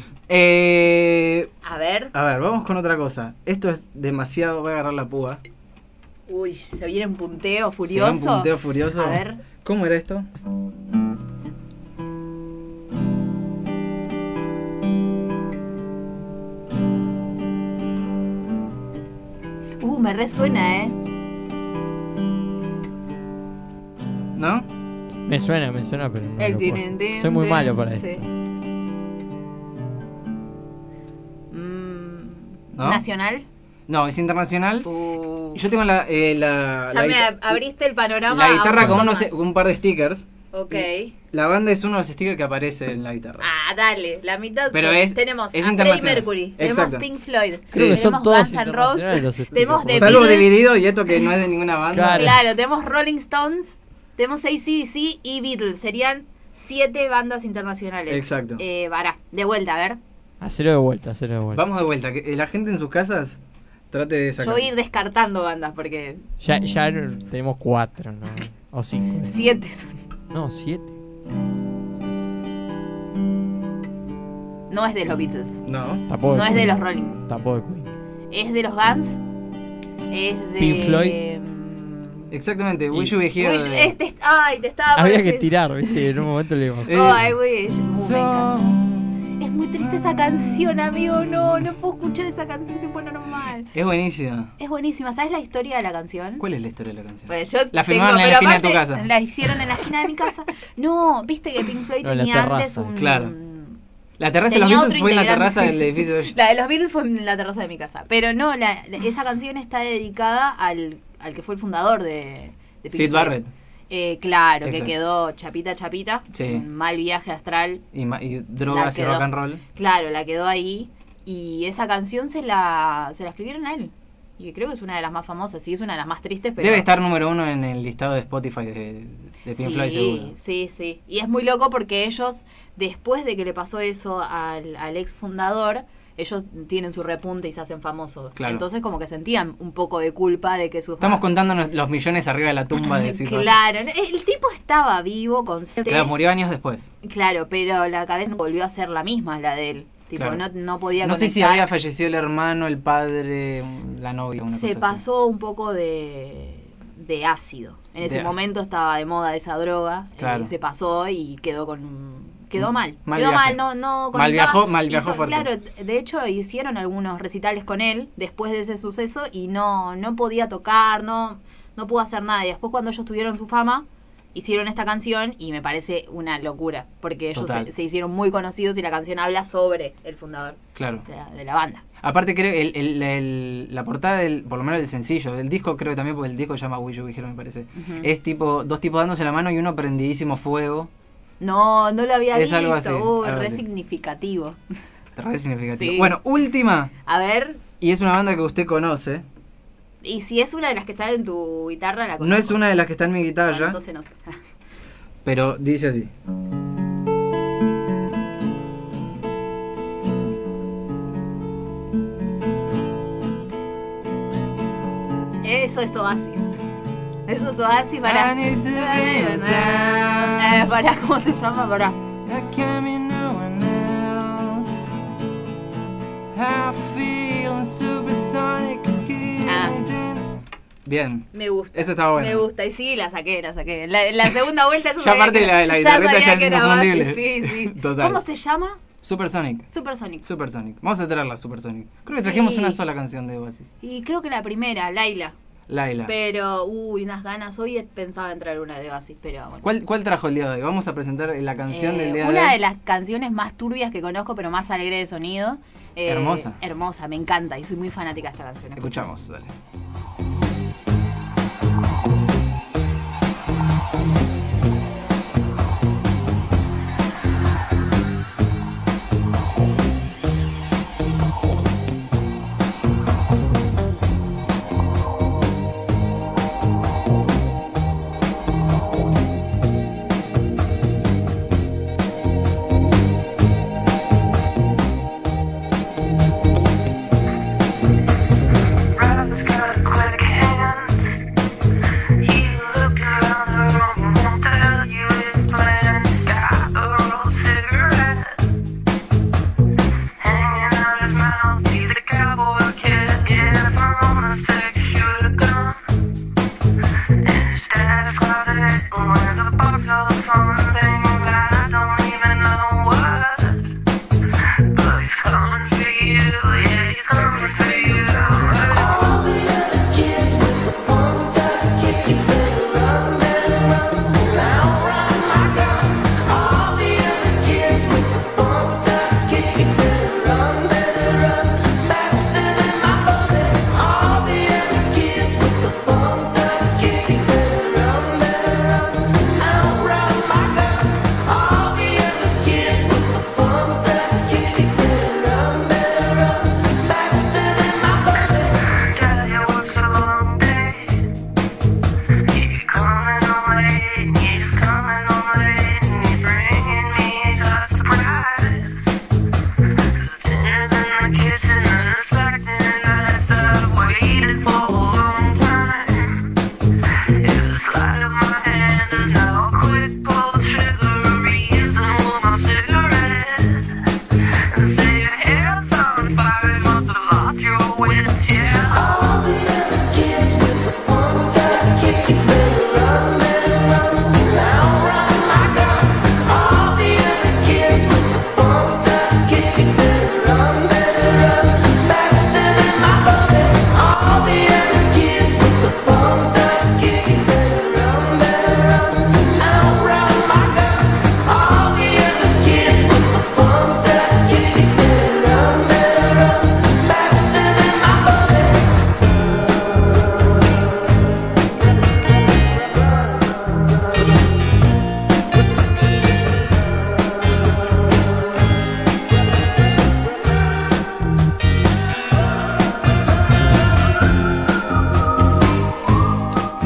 A ver. A ver, vamos con otra cosa. Esto es demasiado. Voy a agarrar la púa. Uy, se viene un punteo Se furioso. va un punteo furioso. A ver. ¿Cómo era esto? Me resuena, ¿No? Me suena, pero no El lo puedo tin, hacer. tin, Soy muy tin, malo para sí. esto. ¿No? ¿Nacional? No, es internacional. Yo tengo Ya me abriste el panorama. la guitarra a con un unos, poco más. un par de stickers. Ok. La banda es uno de los stickers que aparece en la guitarra. Dale, la mitad. Pero es tenemos es a Freddie internacional. Mercury, Exacto. tenemos Pink Floyd, Creo que son tenemos todos Guns N' internacionales los Roses, stickers. tenemos The Salvo Beatles, dividido y esto que no es de ninguna banda. Claro. tenemos Rolling Stones, tenemos AC/DC y Beatles. Serían 7 bandas internacionales. Exacto. De vuelta, a ver. Hacelo de vuelta. Vamos de vuelta. Que la gente en sus casas trate de Yo sacar. voy a ir descartando bandas porque Ya tenemos 4, ¿no? O 5. 7 son. No, 7. No es de los Beatles, No. Tampoco no es de Queen. los Rolling, Tampoco de Queen. es de los Guns, es de Pink Floyd. Exactamente. Y- Wish You Were Here. te estaba por Había que decir. tirar, ¿viste? En un momento le dimos. Ay, Wish. Me So- encanta. Es muy triste esa canción, amigo. No puedo escuchar esa canción sin poner normal. Es buenísima. Es buenísima. ¿Sabes la historia de la canción? ¿Cuál es la historia de la canción? Pues yo La filmaron en la esquina de tu casa. La hicieron en la esquina de mi casa. No, viste que Pink Floyd No, en la tenía terraza, antes un... claro. La terraza de los Tenía Beatles otro fue en la integrante. terraza del edificio de... La de los Beatles fue en la terraza de mi casa. Pero no, esa canción está dedicada al que fue el fundador de Pink Sid Floyd. Barrett. Claro, Exacto. que quedó chapita, Sí. un mal viaje astral. Y drogas y quedó. rock and roll. Claro, la quedó ahí. Y esa canción se la escribieron a él. Y creo que es una de las más famosas, sí, es una de las más tristes, pero... Debe estar número 1 en el listado de Spotify de Pink Floyd, seguro. Sí. Y es muy loco porque ellos, después de que le pasó eso al ex fundador, ellos tienen su repunte y se hacen famosos. Claro. Entonces como que sentían un poco de culpa de que sus... Estamos contando los millones arriba de la tumba de Sid Barrett. Claro, el tipo estaba vivo, consciente. Claro, murió años después. Claro, pero la cabeza volvió a ser la misma, la de él. Tipo, Claro. no podía No sé si conectar. había fallecido el hermano, el padre, la novia, una Se cosa pasó un poco de ácido. En ese momento estaba de moda esa droga. Claro. Se pasó y quedó mal. Mal Quedó viaje. mal, no Mal conectaba. viajó fuerte. Claro, de hecho hicieron algunos recitales con él después de ese suceso y no podía tocar, no pudo hacer nada. Y después cuando ellos tuvieron su fama, hicieron esta canción y me parece una locura, porque ellos se hicieron muy conocidos y la canción habla sobre el fundador Claro. de la banda. Aparte creo la portada por lo menos del sencillo, del disco creo que también, porque el disco se llama Will You Be Here, me parece. Ujú. Es tipo, dos tipos dándose la mano y uno prendidísimo fuego. No lo había Es visto. algo así, algo Re así. significativo. Re significativo. Sí. Bueno, última, A ver, y es una banda que usted conoce. y si es una de las que está en tu guitarra, la conozco. No es una de las que está en mi Bueno, guitarra, entonces no sé. pero dice así. Eso es Oasis. Eso es Oasis para... I need to be inside. Para, ¿cómo se llama? Para... I can't be no one else. I feel supersonic again. Bien. Me gusta. Esa está buena. Me gusta. Y sí, la saqué. La segunda vuelta yo Ya aparte sabía la que- guitarrita sabía ya es que era inconfundible. Oasis, sí. Total. ¿Cómo se llama? Supersonic. Supersonic. Supersonic. Vamos a traerla Supersonic. Creo que trajimos Sí. una sola canción de Oasis. Y creo que la primera, Laila. Laila. Pero, unas ganas. Hoy pensaba en traer una de Oasis, pero bueno. ¿Cuál trajo el día de hoy? Vamos a presentar la canción del día de hoy. Una de las canciones más turbias que conozco, pero más alegre de sonido. Hermosa. Hermosa, me encanta y soy muy fanática de esta canción. Escuchamos, dale. Rob's got a quick hand. He looked around the room, won't tell you his plans. Got a rolled cigarette hanging out his mouth. He's a cowboy kid, yeah, from a six-shooter gun. And his dad's got it with a box of something that I don't even know what. But he's coming for you, yeah, he's coming for you. Outrun my gun.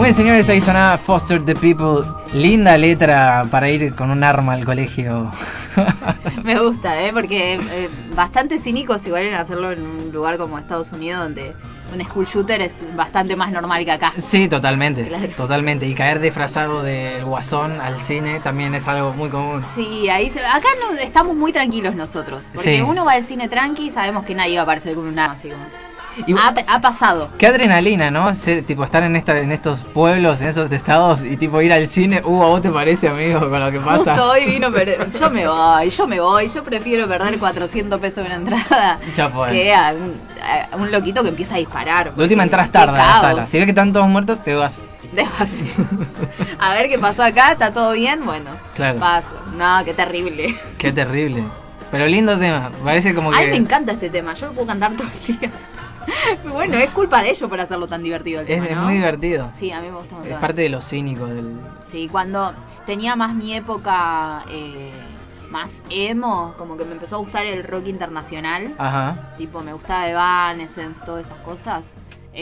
Bueno, señores, ahí sonaba Foster the People. Linda letra para ir con un arma al colegio. Me gusta, porque bastante cínicos igual en hacerlo en un lugar como Estados Unidos, donde un school shooter es bastante más normal que acá. Sí, totalmente, Claro. totalmente. Y caer disfrazado del Guasón al cine también es algo muy común. Sí, acá no, estamos muy tranquilos nosotros. Porque Sí. uno va al cine tranqui y sabemos que nadie va a aparecer con un arma así como. Y- Ha pasado. Qué adrenalina, ¿no? Tipo, estar en estos pueblos, en esos estados y tipo ir al cine. ¿A vos te parece, amigo, con lo que pasa? Justo hoy vino, pero yo me voy. Yo prefiero perder 400 pesos en una entrada Ya fue. que a un loquito que empieza a disparar. De última entras Qué tarde a la caos. sala. Si ves que están todos muertos, te vas. Dejo así. A ver qué pasó acá, ¿está todo bien? Bueno, Claro. paso. No, qué terrible. Qué terrible. Pero lindo tema. Parece como A mí me que encanta este tema, yo lo puedo cantar todo el día. Bueno, es culpa de ellos por hacerlo tan divertido el tema, es ¿no? muy divertido. Sí, a mí me gusta mucho. Es parte de lo cínico del... Sí, cuando tenía más mi época más emo, como que me empezó a gustar el rock internacional. Ajá. Tipo, me gustaba Evanescence, todas esas cosas.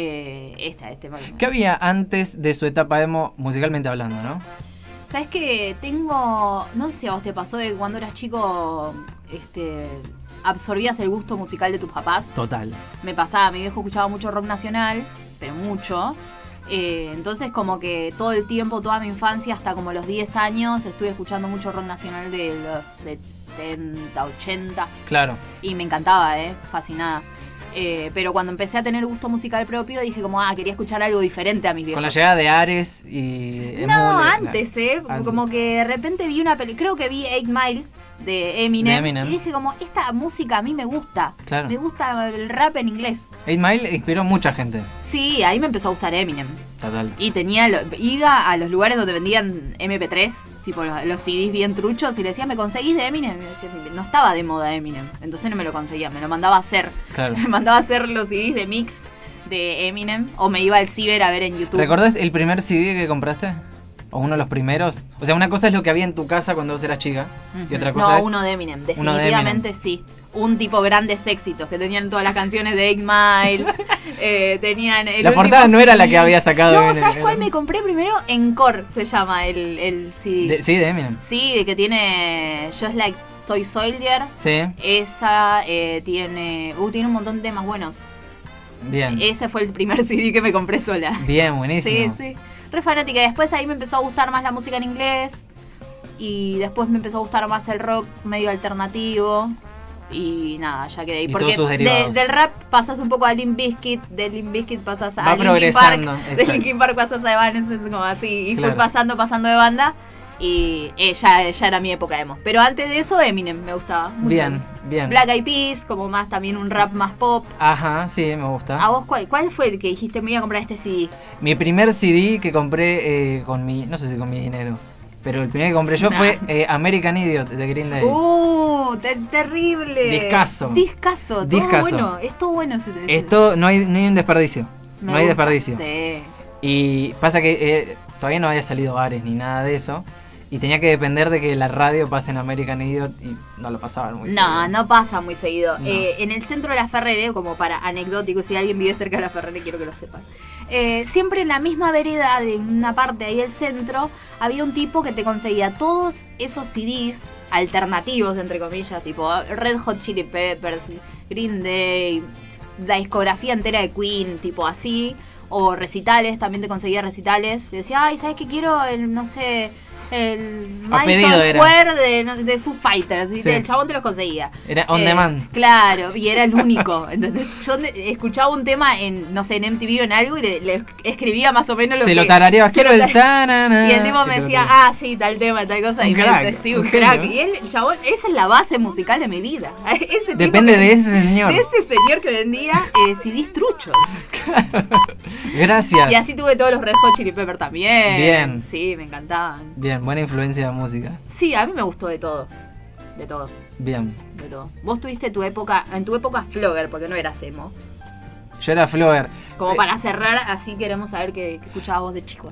Este ¿Qué había antes de su etapa emo, musicalmente hablando, no? ¿Sabes qué? Tengo... No sé si a vos te pasó de que cuando eras chico absorbías el gusto musical de tus papás. Total. Me pasaba, mi viejo escuchaba mucho rock nacional, pero mucho. Entonces como que todo el tiempo, toda mi infancia, hasta como los 10 años, estuve escuchando mucho rock nacional de los 70, 80. Claro. Y me encantaba, fascinada. Pero cuando empecé a tener gusto musical propio, dije como, quería escuchar algo diferente a mis viejos. Con la llegada de Ares y... No, Emule, antes, Antes. Como que de repente vi una película, creo que vi 8 Miles de Eminem, De Eminem. y dije como, esta música a mí me gusta. Claro. Me gusta el rap en inglés. 8 Mile inspiró mucha gente. Sí, ahí me empezó a gustar Eminem. Total. Y iba a los lugares donde vendían MP3, tipo los CDs bien truchos, y le decía, ¿me conseguís de Eminem? Y me decía, no estaba de moda Eminem, entonces no me lo conseguía, me lo mandaba a hacer. Claro. Me mandaba a hacer los CDs de mix de Eminem, o me iba al ciber a ver en YouTube. ¿Recordás el primer CD que compraste? ¿O uno de los primeros? O sea, una cosa es lo que había en tu casa cuando vos eras chica. Y otra cosa No, es... uno de Eminem, uno de definitivamente sí. Un tipo grandes éxitos que tenían todas las canciones de 8 Mile. Tenían el La último portada no era la CD. que había sacado No, Eminem, ¿sabes era- cuál me compré primero? Encore se llama el CD. Sí, de Eminem. Sí, de que tiene Just Like Toy Soldier. Sí, Esa tiene un montón de temas buenos. bien. Ese fue el primer CD que me compré sola. Bien, buenísimo. Sí, sí. Re fanática. Y después ahí me empezó a gustar más la música en inglés. Y después me empezó a gustar más el rock medio alternativo. Y nada, ya quedé ahí. Y Porque todos sus derivados. del rap pasas un poco a Limp Bizkit, de Limp Bizkit pasas a Va Linkin progresando, Park, de exacto. Linkin Park pasas a Evanescence, como así. Y Claro. fui pasando de banda. Y ya era mi época emo. Pero antes de eso Eminem me gustaba mucho. Bien, bien. Black Eyed Peas, como más también un rap más pop. Ajá, sí, me gusta. ¿A vos cuál fue el que dijiste me iba a comprar este CD? Mi primer CD que compré con mi... No sé si con mi dinero. Pero el primer que compré yo Nah. fue American Idiot de Green Day. Terrible. Discazo. Discazo, todo Discazo. bueno. Es todo bueno ese Esto no hay un desperdicio. Me No hay gusta. desperdicio. Sí. Y pasa que todavía no había salido Ares ni nada de eso. Y tenía que depender de que la radio pase en American Idiot y no lo pasaban muy No, seguido. no pasa muy seguido. No. En el centro de la Ferrere, como para anecdótico, si alguien vive cerca de la Ferrere, quiero que lo sepan. Siempre en la misma vereda de una parte ahí del centro, había un tipo que te conseguía todos esos CDs alternativos, entre comillas, tipo Red Hot Chili Peppers, Green Day, la discografía entera de Queen, tipo así, o recitales, también te conseguía recitales. Te decía, ay, ¿sabes qué quiero? No sé, el A pedido Madison era. Square de Foo Fighters. Y Sí. el chabón te los conseguía. Era on demand. Claro, y era el único. ¿Entendés? Yo escuchaba un tema en, no sé, en MTV o en algo y le escribía más o menos lo Se que... lo tarareaba. se Quiero lo el tar- tanana. Y el tipo me Y te lo decía, tarareaba. sí, tal tema, tal cosa. Un Y crack, me decía, un un crack. genio. Y él, el chabón, esa es la base musical de mi vida. Ese tipo Depende que- de ese señor. De ese señor que vendía CDs truchos. Gracias. Y así tuve todos los Red Hot Chili Pepper también. Bien. Sí, me encantaban. Bien, buena influencia de música. Sí, a mí me gustó de todo. De todo. Bien. De todo. Vos tuviste en tu época flogger, porque no eras emo. Yo era Flower. Como para cerrar, así queremos saber qué escuchabas vos de chico.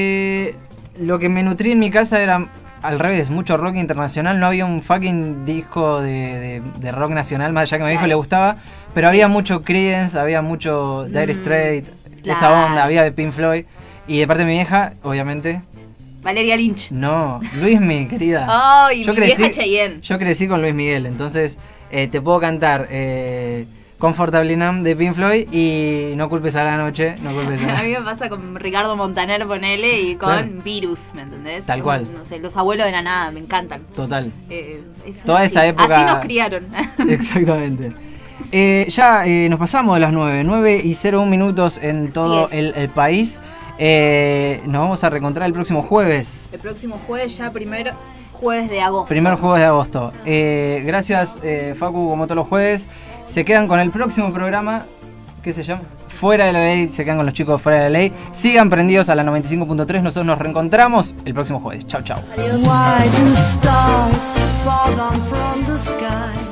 Lo que me nutrí en mi casa era al revés, mucho rock internacional. No había un fucking disco de rock nacional, más allá que a mi hijo Claro. le gustaba. Pero había mucho Creedence, había mucho Dire Straits, esa claro. onda, había de Pink Floyd. Y de parte de mi vieja, obviamente, Valeria Lynch. no, Luismi, querida. Ay, mi vieja Cheyenne. Yo crecí con Luis Miguel, entonces te puedo cantar Comfortably Numb de Pink Floyd y No culpes a la noche, no culpes A a mí me pasa con Ricardo Montaner, ponele, y con Claro. Virus, ¿me entendés? Tal cual. No sé, los abuelos de la nada, me encantan. Total. Es Toda así. esa época- Así nos criaron. Exactamente. Nos pasamos de las 9 y 01 minutos en todo Así es. el país. Nos vamos a reencontrar el próximo jueves. El próximo jueves, ya primer jueves de agosto. Primer jueves de agosto. Gracias, Facu, como todos los jueves. Se quedan con el próximo programa. ¿Qué se llama? Fuera de la ley. Se quedan con los chicos de Fuera de la ley. Sigan prendidos a la 95.3. Nosotros nos reencontramos el próximo jueves. Chau, chau. Why do stars fall down from the sky?